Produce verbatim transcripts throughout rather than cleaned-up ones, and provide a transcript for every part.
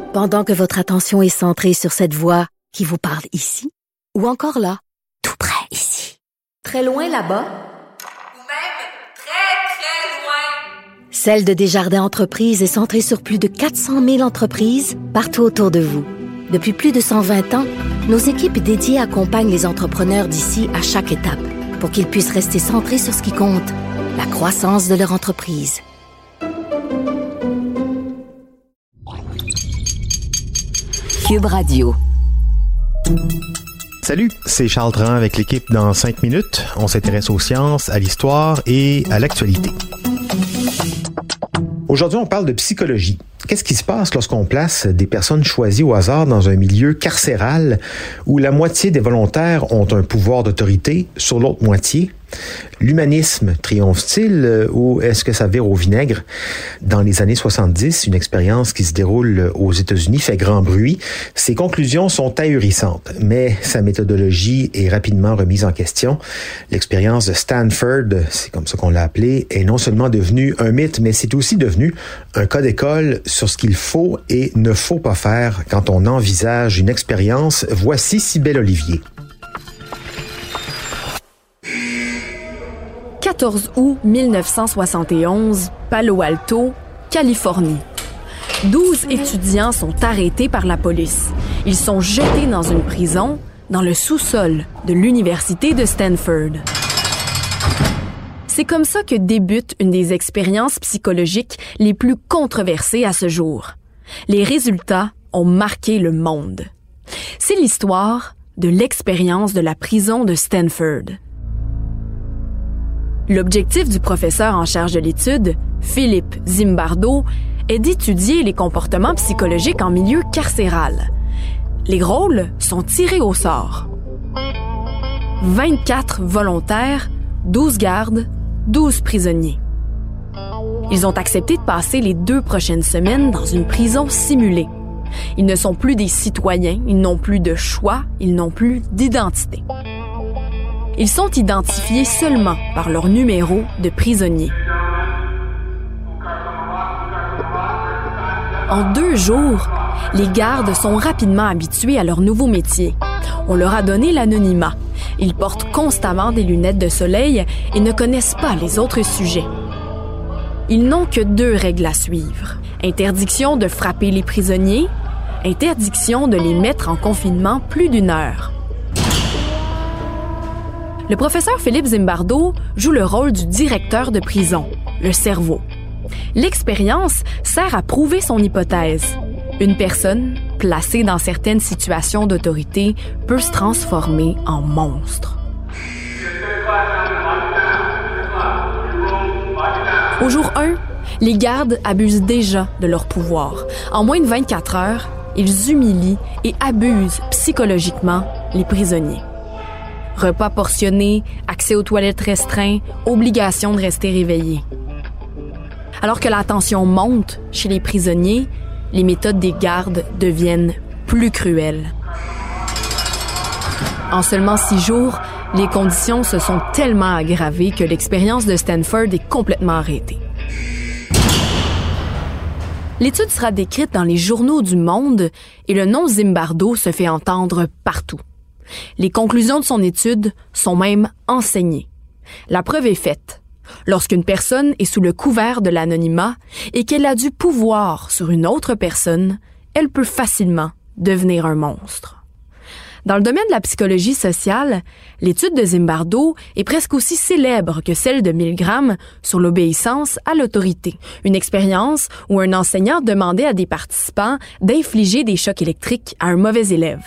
Pendant que votre attention est centrée sur cette voix qui vous parle ici, ou encore là, tout près ici, très loin là-bas, ou même très, très loin. Celle de Desjardins Entreprises est centrée sur plus de quatre cent mille entreprises partout autour de vous. Depuis plus de cent vingt ans, nos équipes dédiées accompagnent les entrepreneurs d'ici à chaque étape pour qu'ils puissent rester centrés sur ce qui compte, la croissance de leur entreprise. Cube Radio. Salut, c'est Charles Tran avec l'équipe dans cinq minutes. On s'intéresse aux sciences, à l'histoire et à l'actualité. Aujourd'hui, on parle de psychologie. Qu'est-ce qui se passe lorsqu'on place des personnes choisies au hasard dans un milieu carcéral où la moitié des volontaires ont un pouvoir d'autorité sur l'autre moitié? L'humanisme triomphe-t-il ou est-ce que ça vire au vinaigre? Dans les années soixante-dix, une expérience qui se déroule aux États-Unis fait grand bruit. Ses conclusions sont ahurissantes, mais sa méthodologie est rapidement remise en question. L'expérience de Stanford, c'est comme ça qu'on l'a appelée, est non seulement devenue un mythe, mais c'est aussi devenu un cas d'école sur ce qu'il faut et ne faut pas faire quand on envisage une expérience. Voici Cybèle Olivier. quatorze août mille neuf cent soixante et onze, Palo Alto, Californie. douze étudiants sont arrêtés par la police. Ils sont jetés dans une prison dans le sous-sol de l'université de Stanford. C'est comme ça que débute une des expériences psychologiques les plus controversées à ce jour. Les résultats ont marqué le monde. C'est l'histoire de l'expérience de la prison de Stanford. L'objectif du professeur en charge de l'étude, Philippe Zimbardo, est d'étudier les comportements psychologiques en milieu carcéral. Les rôles sont tirés au sort. vingt-quatre volontaires, douze gardes, douze prisonniers. Ils ont accepté de passer les deux prochaines semaines dans une prison simulée. Ils ne sont plus des citoyens, ils n'ont plus de choix, ils n'ont plus d'identité. Ils sont identifiés seulement par leur numéro de prisonnier. En deux jours, les gardes sont rapidement habitués à leur nouveau métier. On leur a donné l'anonymat. Ils portent constamment des lunettes de soleil et ne connaissent pas les autres sujets. Ils n'ont que deux règles à suivre. Interdiction de frapper les prisonniers, interdiction de les mettre en confinement plus d'une heure. Le professeur Philippe Zimbardo joue le rôle du directeur de prison, le cerveau. L'expérience sert à prouver son hypothèse. Une personne, placée dans certaines situations d'autorité, peut se transformer en monstre. Au jour un, les gardes abusent déjà de leur pouvoir. En moins de vingt-quatre heures, ils humilient et abusent psychologiquement les prisonniers. Repas portionnés, accès aux toilettes restreints, obligation de rester réveillé. Alors que la tension monte chez les prisonniers, les méthodes des gardes deviennent plus cruelles. En seulement six jours, les conditions se sont tellement aggravées que l'expérience de Stanford est complètement arrêtée. L'étude sera décrite dans les journaux du monde et le nom Zimbardo se fait entendre partout. Les conclusions de son étude sont même enseignées. La preuve est faite. Lorsqu'une personne est sous le couvert de l'anonymat et qu'elle a du pouvoir sur une autre personne, elle peut facilement devenir un monstre. Dans le domaine de la psychologie sociale, l'étude de Zimbardo est presque aussi célèbre que celle de Milgram sur l'obéissance à l'autorité, une expérience où un enseignant demandait à des participants d'infliger des chocs électriques à un mauvais élève.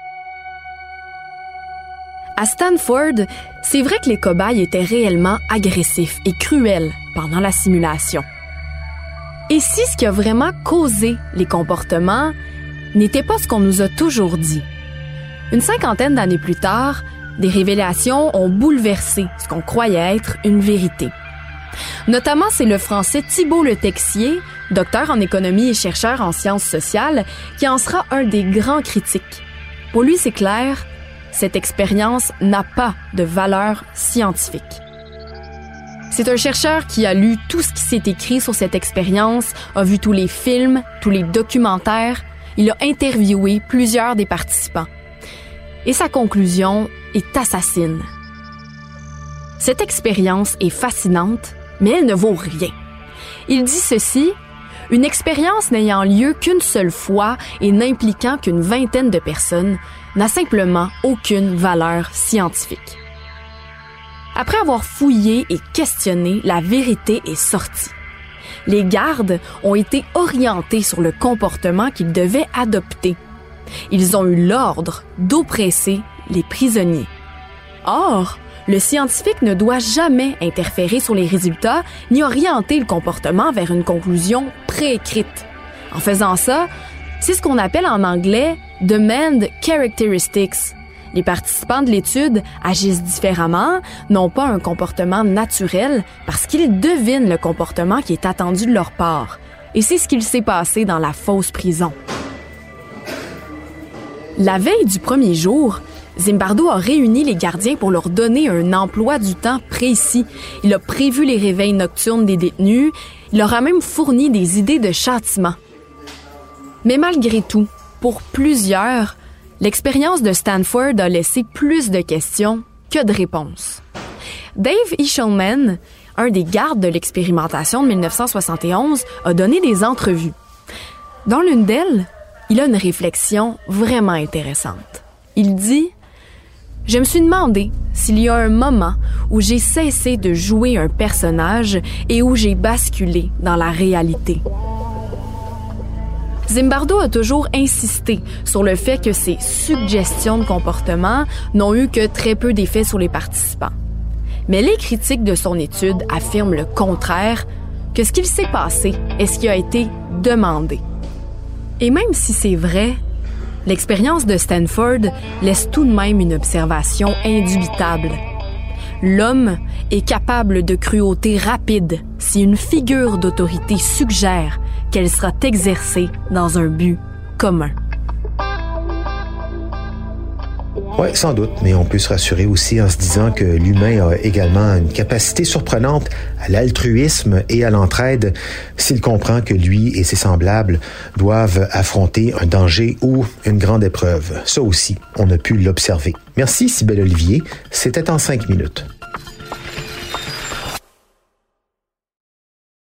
À Stanford, c'est vrai que les cobayes étaient réellement agressifs et cruels pendant la simulation. Et si ce qui a vraiment causé les comportements n'était pas ce qu'on nous a toujours dit? Une cinquantaine d'années plus tard, des révélations ont bouleversé ce qu'on croyait être une vérité. Notamment, c'est le Français Thibault Le Texier, docteur en économie et chercheur en sciences sociales, qui en sera un des grands critiques. Pour lui, c'est clair, cette expérience n'a pas de valeur scientifique. C'est un chercheur qui a lu tout ce qui s'est écrit sur cette expérience, a vu tous les films, tous les documentaires, il a interviewé plusieurs des participants. Et sa conclusion est assassine. Cette expérience est fascinante, mais elle ne vaut rien. Il dit ceci: « Une expérience n'ayant lieu qu'une seule fois et n'impliquant qu'une vingtaine de personnes n'a simplement aucune valeur scientifique. » Après avoir fouillé et questionné, la vérité est sortie. Les gardes ont été orientés sur le comportement qu'ils devaient adopter. Ils ont eu l'ordre d'oppresser les prisonniers. Or, le scientifique ne doit jamais interférer sur les résultats ni orienter le comportement vers une conclusion préécrite. En faisant ça, c'est ce qu'on appelle en anglais « demand characteristics ». Les participants de l'étude agissent différemment, n'ont pas un comportement naturel parce qu'ils devinent le comportement qui est attendu de leur part. Et c'est ce qu'il s'est passé dans la fausse prison. La veille du premier jour, Zimbardo a réuni les gardiens pour leur donner un emploi du temps précis. Il a prévu les réveils nocturnes des détenus. Il leur a même fourni des idées de châtiment. Mais malgré tout, pour plusieurs, l'expérience de Stanford a laissé plus de questions que de réponses. Dave Eshelman, un des gardes de l'expérimentation de dix-neuf cent soixante et onze, a donné des entrevues. Dans l'une d'elles, il a une réflexion vraiment intéressante. Il dit: « Je me suis demandé s'il y a un moment où j'ai cessé de jouer un personnage et où j'ai basculé dans la réalité. » Zimbardo a toujours insisté sur le fait que ces suggestions de comportement n'ont eu que très peu d'effet sur les participants. Mais les critiques de son étude affirment le contraire, que ce qu'il s'est passé est ce qui a été demandé. Et même si c'est vrai, l'expérience de Stanford laisse tout de même une observation indubitable. L'homme est capable de cruauté rapide si une figure d'autorité suggère qu'elle sera exercée dans un but commun. Oui, sans doute, mais on peut se rassurer aussi en se disant que l'humain a également une capacité surprenante à l'altruisme et à l'entraide s'il comprend que lui et ses semblables doivent affronter un danger ou une grande épreuve. Ça aussi, on a pu l'observer. Merci Cybèle Olivier, c'était en cinq minutes.